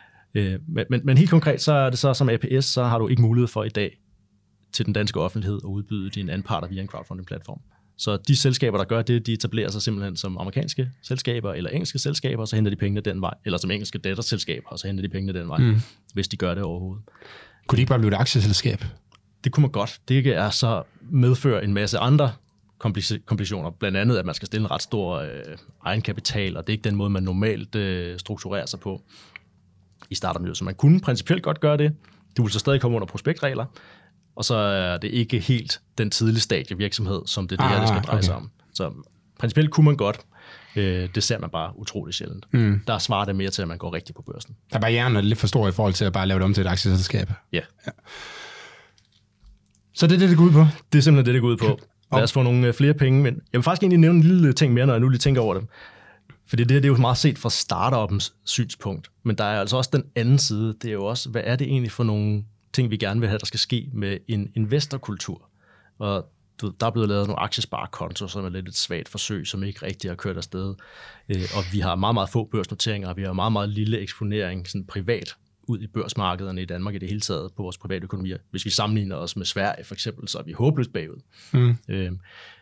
[SPEAKER 2] Men, men, men helt konkret, så er det så som A P S, så har du ikke mulighed for i dag til den danske offentlighed at udbyde dine anparter via en crowdfunding-platform. Så de selskaber, der gør det, de etablerer sig simpelthen som amerikanske selskaber eller engelske selskaber, og så henter de pengene den vej, eller som engelske datterselskaber, og så henter de pengene den vej, mm. hvis de gør det overhovedet.
[SPEAKER 1] Kunne de ikke bare blive et aktieselskab?
[SPEAKER 2] Det kunne man godt. Det er så medfører en masse andre komplikationer, blandt andet, at man skal stille en ret stor øh, egenkapital, og det er ikke den måde, man normalt øh, strukturerer sig på i startup-miljøet. Så man kunne principielt godt gøre det. Du vil så stadig komme under prospektregler, og så er det ikke helt den tidlige stadie virksomhed, som det, det ah, her det skal dreje okay. sig om. Så principielt kunne man godt. Øh, det ser man bare utrolig sjældent. Mm. Der svarer det mere til, at man går rigtigt på børsen.
[SPEAKER 1] Der er barrieren lidt for stor i forhold til at bare lave det om til et aktieselskab.
[SPEAKER 2] Ja. ja.
[SPEAKER 1] Så det er det, det går ud på?
[SPEAKER 2] Det er simpelthen det, det går ud på. Lad os få nogle flere penge, men jeg vil faktisk egentlig nævne en lille ting mere, når jeg nu lige tænker over det. Fordi det, det er jo meget set fra startupens synspunkt. Men der er altså også den anden side. Det er jo også, hvad er det egentlig for nogle ting, vi gerne vil have, der skal ske med en investorkultur? Og der er blevet lavet nogle aktiesparekonto, som er lidt et svagt forsøg, som ikke rigtig har kørt afsted. Og vi har meget, meget få børsnoteringer, og vi har meget, meget lille eksponering sådan privat ud i børsmarkederne i Danmark i det hele taget på vores private økonomier. Hvis vi sammenligner os med Sverige for eksempel, så er vi håbløst bagud. Mm. Øhm,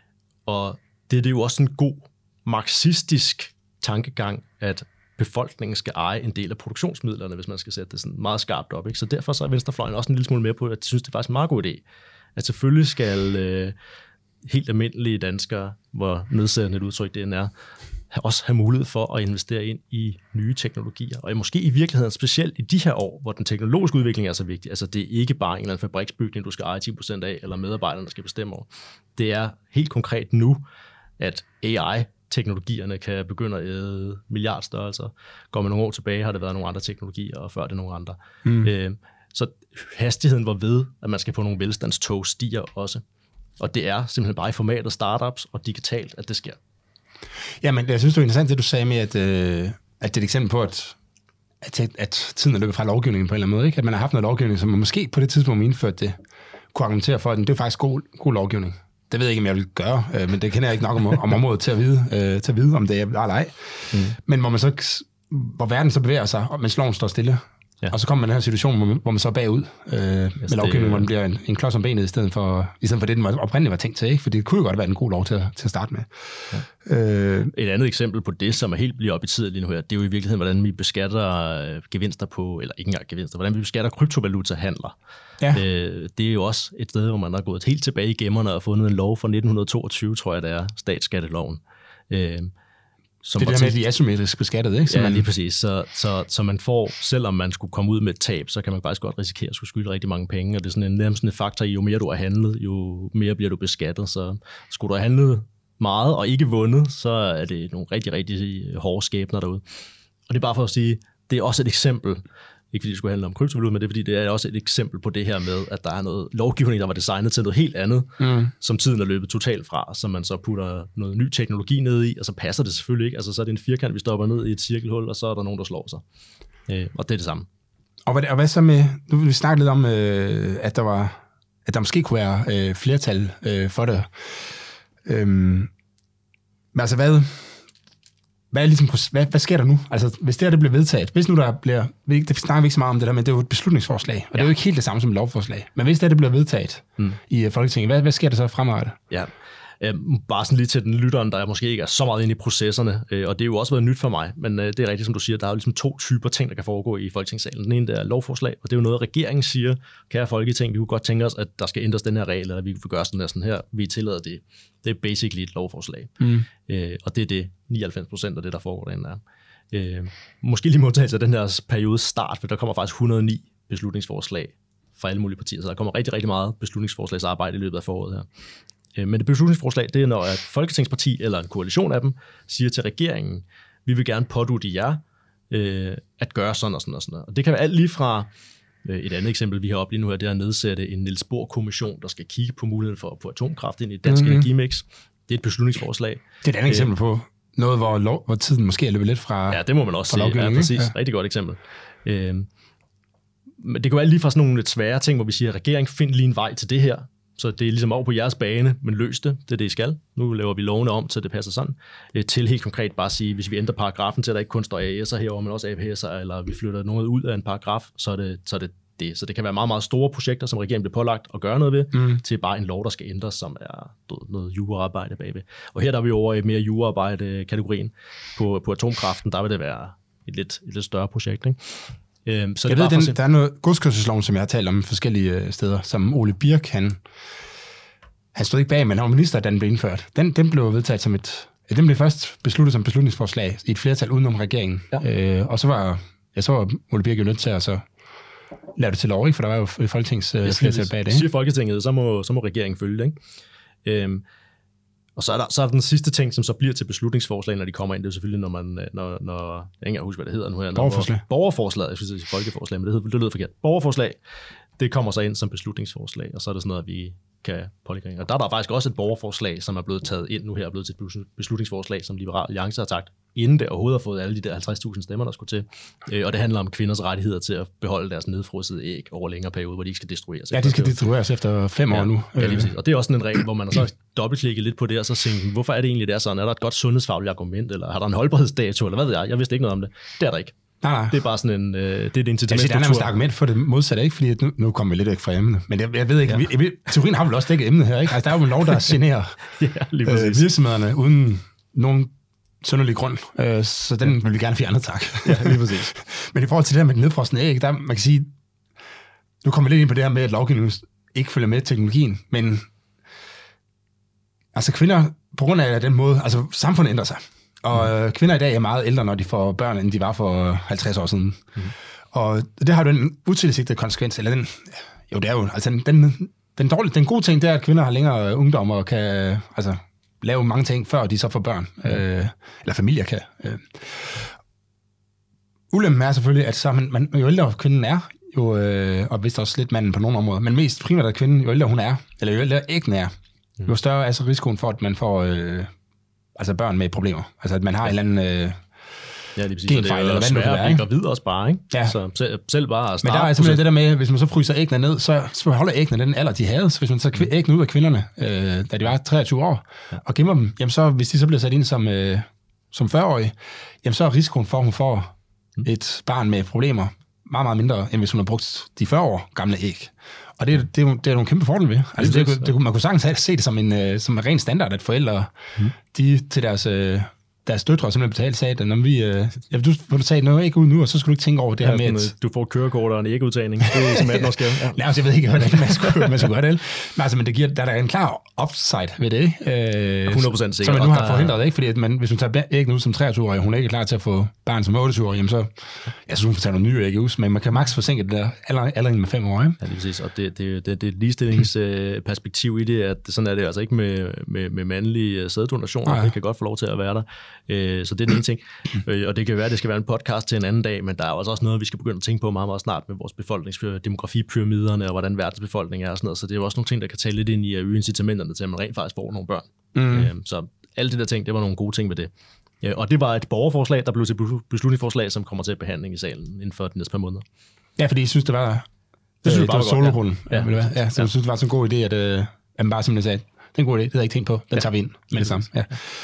[SPEAKER 2] og det, det er jo også en god marxistisk tankegang, at befolkningen skal eje en del af produktionsmidlerne, hvis man skal sætte det sådan meget skarpt op. Ikke? Så derfor så er venstrefløjen også en lille smule med på, at de synes, det er faktisk en meget god idé. At selvfølgelig skal øh, helt almindelige danskere, hvor nedsættende et udtryk det er, også have mulighed for at investere ind i nye teknologier. Og måske i virkeligheden, specielt i de her år, hvor den teknologiske udvikling er så vigtig. Altså det er ikke bare en eller anden fabriksbygning, du skal eje ti procent af, eller medarbejderne skal bestemme over. Det er helt konkret nu, at A I-teknologierne kan begynde at æde milliardstørrelser. Går man nogle år tilbage, har det været nogle andre teknologier, og før det nogle andre. Mm. Øh, så hastigheden var ved, at man skal på nogle velstandstog stiger også. Og det er simpelthen bare i formatet startups og digitalt, at det sker.
[SPEAKER 1] Ja, men jeg synes, det er interessant, det du sagde med, at, øh, at det er et eksempel på, at, at, at tiden er løbet fra lovgivningen på en eller anden måde. Ikke? At man har haft noget lovgivning, som man måske på det tidspunkt, man indførte det, kunne argumentere for, at det er faktisk god, god lovgivning. Det ved jeg ikke, om jeg vil gøre, øh, men det kender jeg ikke nok om, om området til at vide, øh, til at vide om det er eller ej. Mm. Men hvor man så, hvor verden så bevæger sig, mens loven står stille. Ja. Og så kommer man i den her situation, hvor man, hvor man så er bagud øh, yes, med lovgivningen, hvor den bliver en, en klods om benet, i stedet for, i stedet for det, den oprindeligt var tænkt til. Ikke? For det kunne jo godt være en god lov til at, til at starte med.
[SPEAKER 2] Ja. Øh, Et andet eksempel på det, som er helt bliver op i tiden lige nu her, det er jo i virkeligheden, hvordan vi beskatter gevinster på, eller ikke engang gevinster, hvordan vi beskatter kryptovalutahandler. Ja. Øh, det er jo også et sted, hvor man har gået helt tilbage i gemmerne og fundet en lov fra nitten toogtyve, tror jeg det er, statsskatteloven. Øh, Som
[SPEAKER 1] det er det med, at de er asymmetrisk beskattet, ikke? Så
[SPEAKER 2] ja,
[SPEAKER 1] man...
[SPEAKER 2] lige præcis. Så, så, så man får, selvom man skulle komme ud med et tab, så kan man faktisk godt risikere at skulle skylde rigtig mange penge. Og det er sådan en nærmest en faktor, jo mere du har handlet, jo mere bliver du beskattet. Så skulle du have handlet meget og ikke vundet, så er det nogle rigtig, rigtig hårde skæbner derude. Og det er bare for at sige, det er også et eksempel, ikke fordi det skulle handle om kryptovaluta, men det er fordi, det er også et eksempel på det her med, at der er noget lovgivning, der var designet til noget helt andet, mm. som tiden er løbet totalt fra, som man så putter noget ny teknologi ned i, og så passer det selvfølgelig ikke. Altså så er det en firkant, vi stopper ned i et cirkelhul, og så er der nogen, der slår sig. Øh, og det er det samme.
[SPEAKER 1] Og hvad, og hvad så med, nu vil vi snakke lidt om, øh, at der var, at der måske kunne være øh, flertal øh, for det. Øhm, men altså hvad... Hvad, er ligesom, hvad, hvad sker der nu? Altså, hvis det her det bliver vedtaget, hvis nu der bliver, det snakker vi ikke så meget om det der, men det er jo et beslutningsforslag, og ja. Det er jo ikke helt det samme som et lovforslag. Men hvis det her det bliver vedtaget mm. i Folketinget, hvad, hvad sker der så fremadrettet?
[SPEAKER 2] Ja, øhm, bare sådan lige til den lytteren, der måske ikke er så meget inde i processerne, øh, og det har jo også været nyt for mig, men øh, det er rigtigt, som du siger, der er jo ligesom to typer ting, der kan foregå i Folketingssalen. Den ene der er lovforslag, og det er jo noget, regeringen siger, kære Folketing, vi kunne godt tænke os, at der skal ændres den her regel, eller vi kan gøre sådan her, sådan her, vi tillader det. Det er basically et lovforslag. Mm. Øh, og det er det nioghalvfems procent af det, der foregår derinde er. Øh, måske lige modtagelse af den her periode start, for der kommer faktisk et hundrede og ni beslutningsforslag fra alle mulige partier, så der kommer rigtig, rigtig meget beslutningsforslagsarbejde i løbet af foråret her. Øh, men det beslutningsforslag, det er, når et folketingsparti eller en koalition af dem siger til regeringen, vi vil gerne pådutte jer øh, at gøre sådan og sådan og sådan. Og det kan være alt lige fra et andet eksempel, vi har op lige nu her, det er at nedsætte en Niels Bohr-kommission, der skal kigge på muligheden for at få atomkraft ind i et dansk mm-hmm. energimix. Det er et beslutningsforslag. Det er
[SPEAKER 1] et andet øh, eksempel på noget, hvor, lov, hvor tiden måske er løbet lidt fra.
[SPEAKER 2] Ja, det må man også sige. Ja, præcis. Ja. Rigtig godt eksempel. Øh, men det kan være lige fra sådan nogle lidt svære ting, hvor vi siger, regeringen find lige en vej til det her. Så det er ligesom over på jeres bane, men løs det. Det er det, I skal. Nu laver vi lovene om, så det passer sådan. Øh, til helt konkret bare at sige, hvis vi ændrer paragrafen til, at der ikke kun står A S'er herover, men også A P S'er, eller vi flytter noget ud af en paragraf, så er det, så er det det. Så det kan være meget, meget store projekter, som regeringen bliver pålagt at gøre noget ved, mm. til bare en lov, der skal ændres, som er noget juraarbejde bagved. Og her der er vi over i mere juraarbejde-kategorien. På, på atomkraften, der vil det være et lidt, et lidt større projekt, ikke? Øhm, så
[SPEAKER 1] jeg
[SPEAKER 2] det
[SPEAKER 1] ved, den, der er noget godskørselsloven, som jeg har talt om forskellige steder, som Ole Birk, han, han stod ikke bag, men han var minister, da den blev indført. Den, den blev vedtaget som et, den blev først besluttet som beslutningsforslag i et flertal udenom regeringen. Ja. Øh, og så var, ja, så var Ole Birk jo nødt til at så lave det til lov, ikke? For der var jo et folketingsflertal bag det.
[SPEAKER 2] Siger Folketinget, så må, så må regeringen følge det, ikke? Øhm, Og så er, der, så er der den sidste ting, som så bliver til beslutningsforslag, når de kommer ind. Det er selvfølgelig, når man, når, når jeg ikke engang husker, hvad det hedder nu her.
[SPEAKER 1] Borgerforslag.
[SPEAKER 2] Borgerforslag, jeg synes, det er folkeforslag, men det, hedder, det lyder forkert. Borgerforslag, det kommer så ind som beslutningsforslag, og så er det sådan noget, at vi kan pålægge. Og der er der faktisk også et borgerforslag, som er blevet taget ind nu her, er blevet til et beslutningsforslag, som Liberal Alliance har sagt, inden det overhovedet har fået alle de der halvtreds tusind stemmer, der skulle til. Og det handler om kvinders rettigheder til at beholde deres nedfrosede æg over længere periode, hvor de ikke skal destrueres.
[SPEAKER 1] Ja, de skal destrueres efter fem
[SPEAKER 2] ja,
[SPEAKER 1] år nu.
[SPEAKER 2] Ja, lige præcis. Og det er også sådan en regel, hvor man så dobbeltklikker lidt på det, og så tænker, hvorfor er det egentlig, det er sådan? Er der et godt sundhedsfagligt argument, eller har der en holdbarhedsdato, eller hvad ved jeg? Jeg vidste ikke noget om det. Det er der ikke.
[SPEAKER 1] Nej, nej.
[SPEAKER 2] Det er bare sådan en, øh, det er et incitament.
[SPEAKER 1] Jeg siger, der er nærmest argument for det modsatte, ikke? Fordi nu, nu kommer vi lidt væk fra emnet. Men jeg, jeg ved ikke, ja. vi, teorien har vel også dækket emnet her, ikke? Altså, der er jo en lov, der generer
[SPEAKER 2] ja, lige
[SPEAKER 1] øh, virksomhederne uden nogen sønderlig grund. Øh, så den ja. vil vi gerne fjerne, tak.
[SPEAKER 2] Ja, lige præcis.
[SPEAKER 1] Men i forhold til det her med nedfrosne æg, der man kan sige, nu kommer vi lidt ind på det her med, at lovgivningen ikke følger med teknologien, men altså kvinder, på grund af den måde, altså samfundet ændrer sig. Og mm. kvinder i dag er meget ældre, når de får børn, end de var for halvtreds år siden. Mm. Og det har jo en utilsigtet konsekvens, eller den, jo det er jo, altså den, den, dårlige, den gode ting, det er, at kvinder har længere ungdom og kan altså, lave mange ting, før de så får børn, mm. øh, eller familier kan. Øh. Ulempen er selvfølgelig, at så man, man, jo ældre kvinden er, jo, øh, og vist også lidt manden på nogle områder, men mest primært er kvinden, jo ældre hun er, eller jo ældre æggene er, mm. jo større er så risikoen for, at man får øh, altså børn med problemer. Altså at man har ja. en eller anden øh,
[SPEAKER 2] ja, lige præcis. Genfejl, eller hvad det er. Ikke? Gravid også bare, ikke? Ja. Så selv, selv bare at starte.
[SPEAKER 1] Men der er simpelthen det der med, hvis man så fryser æggene ned, så, så holder æggene den alder, de havde. Så hvis man tager æggene ud af kvinderne, øh, da de var treogtyve år, ja. og gemmer dem, jamen så, hvis de så bliver sat ind som, øh, som fyrre-årige, jamen så er risikoen for, at hun får mm. et barn med problemer meget, meget mindre, end hvis hun har brugt de fyrre år gamle æg. Og det, det, det, er, det er nogle kæmpe fordele ved. Altså, det, det, det, man kunne sagtens se det som en, som en ren standard, at forældre, mm. de til deres... Øh, deres døtre simpelthen betalt sagde, at når vi, øh, ja, du, du sagde noget ikke ud nu, og så skulle du ikke tænke over det ja, her med, at...
[SPEAKER 2] Du får kørekort og en ægudtagning. Det er som atten års gave. Ja.
[SPEAKER 1] Nej, altså, jeg ved ikke, hvordan man skulle, man skulle gøre det. Men, altså, men det giver, der er der en klar upside ved det, ikke? Øh,
[SPEAKER 2] hundrede procent sikkert.
[SPEAKER 1] Så man nu har forhindret det, ikke? Fordi at man, hvis hun tager æggene ud som treogtyve-årig, og hun er ikke klar til at få barn som otteogtyve-årig, jamen så... Jeg synes, hun får tage nogle nye æg ud, men man kan maks forsinke det der allerede med fem år, ikke?
[SPEAKER 2] Ja, lige præcis. Og det, det, det, det er et ligestillingsperspektiv i det, at sådan er det altså ikke med, med, med mandlige sæddonationer. Det kan godt få lov til at være der. Så det er en ting. Og det kan være, at det skal være en podcast til en anden dag, men der er også noget, vi skal begynde at tænke på meget, meget snart med vores befolkningsdemografipyramiderne og hvordan verdensbefolkningen er og sådan noget. Så det er jo også nogle ting, der kan tale lidt ind i at øge incitamenterne til, at man rent faktisk får nogle børn. Mm. Så alle de der ting, det var nogle gode ting ved det. Og det var et borgerforslag, der blev til beslutningsforslag, som kommer til behandling i salen inden for de næste par måneder.
[SPEAKER 1] Ja, fordi jeg synes, det var, det, det, synes, det var solorunden. Ja. Ja, ja, ja, så jeg synes, det var sådan en god idé, at, at man bare simpelthen sagde, det er en god idé, det havde jeg ikke tænkt på, den ja. tager vi ind med det samme. Ja.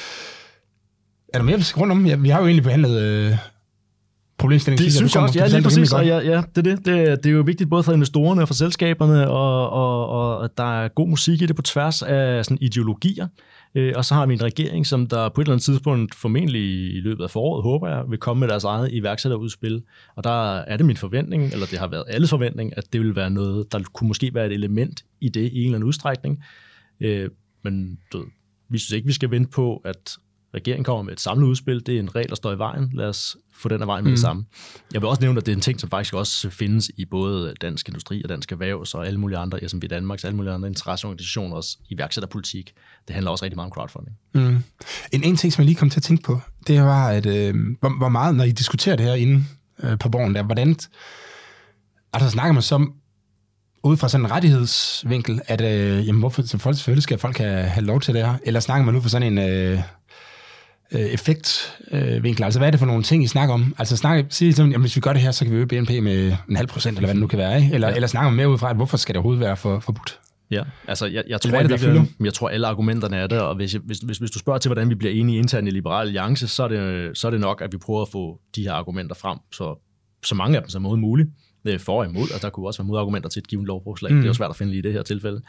[SPEAKER 1] Er der mere, vi skal rundt om? Ja, vi har jo egentlig behandlet øh, problemstillingen.
[SPEAKER 2] Det synes jeg også, ja, lige præcis. Og ja, ja, det, er det. Det, det er jo vigtigt både for investorerne og for selskaberne, og, og, og at der er god musik i det på tværs af sådan ideologier. Øh, og så har vi en regering, som der på et eller andet tidspunkt, formentlig i løbet af foråret, håber jeg, vil komme med deres eget iværksætterudspil. Og der er det min forventning, eller det har været alles forventning, at det vil være noget, der kunne måske være et element i det i en eller anden udstrækning. Øh, men du, vi synes ikke, vi skal vente på, at regeringen kommer med et samlet udspil. Det er en regel, der står i vejen. Lad os få den af vejen med mm. det samme. Jeg vil også nævne, at det er en ting, som faktisk også findes i både Dansk Industri og Dansk Erhverv, og alle mulige andre, S M B Danmarks, alle mulige andre interesseorganisationer, også iværksætterpolitik. Det handler også rigtig meget om crowdfunding. Mm.
[SPEAKER 1] En, en ting, som jeg lige kom til at tænke på, det var, at øh, hvor, hvor meget, når I diskuterer det her inde øh, på borgen, der, hvordan altså snakker man så ud fra sådan en rettighedsvinkel, at øh, jamen, hvorfor som folk selvfølgelig skal folk have, have lov til det her, eller snakker man ud fra sådan en øh, effektvinkel. Øh, altså, hvad er det for nogle ting, I snakker om? Altså, snakker, sige sådan, jamen, hvis vi gør det her, så kan vi øge B N P med en halv procent, eller hvad det nu kan være, ikke? Eller, ja. eller snakker man mere ud fra, at hvorfor skal det overhovedet være for, forbudt?
[SPEAKER 2] Ja, altså, jeg, jeg, tror, det, virkelig, jeg tror, alle argumenterne er der, og hvis, hvis, hvis, hvis du spørger til, hvordan vi bliver enige internt i Liberal Alliance, så er, det, så er det nok, at vi prøver at få de her argumenter frem, så, så mange af dem som muligt. Det er for og imod, og der kunne også være modargumenter til et givet lovforslag. Mm. Det er jo svært at finde lige i det her tilfælde.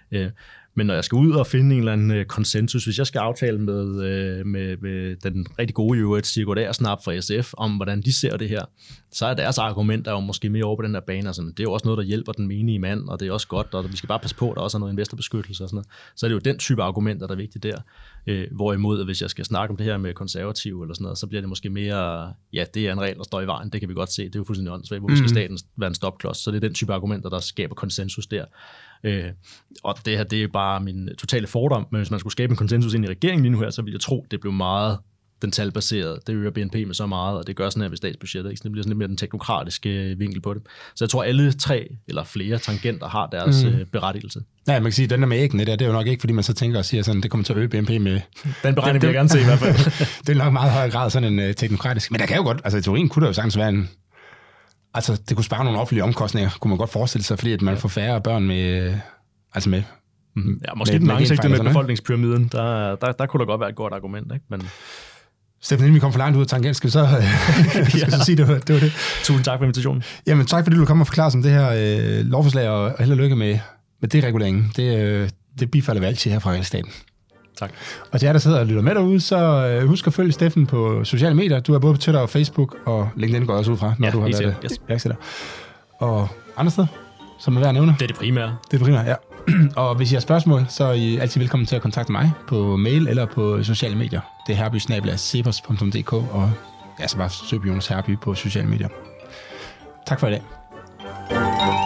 [SPEAKER 2] Men når jeg skal ud og finde en eller anden konsensus, hvis jeg skal aftale med, med, med den rigtig gode øvrigt cirkulærsnap fra S F, om hvordan de ser det her, så er deres argument er jo måske mere over på den her bane. Altså, det er jo også noget, der hjælper den menige mand, og det er også godt, og vi skal bare passe på, at der også er noget investorbeskyttelse og sådan noget. Så er det jo den type argumenter, der er vigtigt der. Hvorimod, hvis jeg skal snakke om det her med konservative eller sådan noget, så bliver det måske mere, ja, det er en regel, der står i vejen, det kan vi godt se, det er jo fuldstændig åndssvagt. Hvorfor skal staten være en stopklods? Så det er den type argumenter, der skaber konsensus der. Øh, og det her, det er bare min totale fordom, men hvis man skulle skabe en konsensus ind i regeringen lige nu her, så ville jeg tro, det blev meget den talbaserede. Det øger B N P med så meget, og det gør sådan her ved statsbudgettet, ikke? Så det bliver sådan lidt mere den teknokratiske vinkel på det. Så jeg tror, alle tre eller flere tangenter har deres mm. berettigelse.
[SPEAKER 1] Ja, man kan sige, at den der med æggene der, det er jo nok ikke, fordi man så tænker og siger sådan, det kommer til at øge B N P med...
[SPEAKER 2] Den beregning vil jeg gerne se i hvert fald.
[SPEAKER 1] Det er nok meget højere grad sådan en uh, teknokratisk. Men der kan jo godt, altså i teorien kunne der jo sagtens være en... Altså, det kunne spare nogle offentlige omkostninger, kunne man godt forestille sig, fordi at man får færre børn med... Altså med...
[SPEAKER 2] Mm. Ja, måske med, den langsigtede med, med befolkningspyramiden, der, der, der kunne der godt være et godt argument, ikke? Men...
[SPEAKER 1] Steffen, inden vi kom for langt ud af tangent, skal vi så, skal ja. så sige, det var, det var det.
[SPEAKER 2] Tusind tak for invitationen.
[SPEAKER 1] Jamen, tak fordi du kom og forklare os om det her øh, lovforslag, og, og held og lykke med, med dereguleringen. Det, øh, det bifalder vi altid her fra Realstaten.
[SPEAKER 2] Tak.
[SPEAKER 1] Og til jer, der sidder og lytter med derude, så øh, husk at følge Steffen på sociale medier. Du er både på Twitter og Facebook, og LinkedIn går også ud fra, når
[SPEAKER 2] ja,
[SPEAKER 1] du har været
[SPEAKER 2] yes.
[SPEAKER 1] iværksætter. Og andre steder, som er værd at nævne.
[SPEAKER 2] Det er det primære.
[SPEAKER 1] Det er det primære, ja. Og hvis I har spørgsmål, så er I altid velkommen til at kontakte mig på mail eller på sociale medier. Det er herby snabel-a cepos punktum d k, og ja, så bare søg på Jonas Herby på sociale medier. Tak for i dag.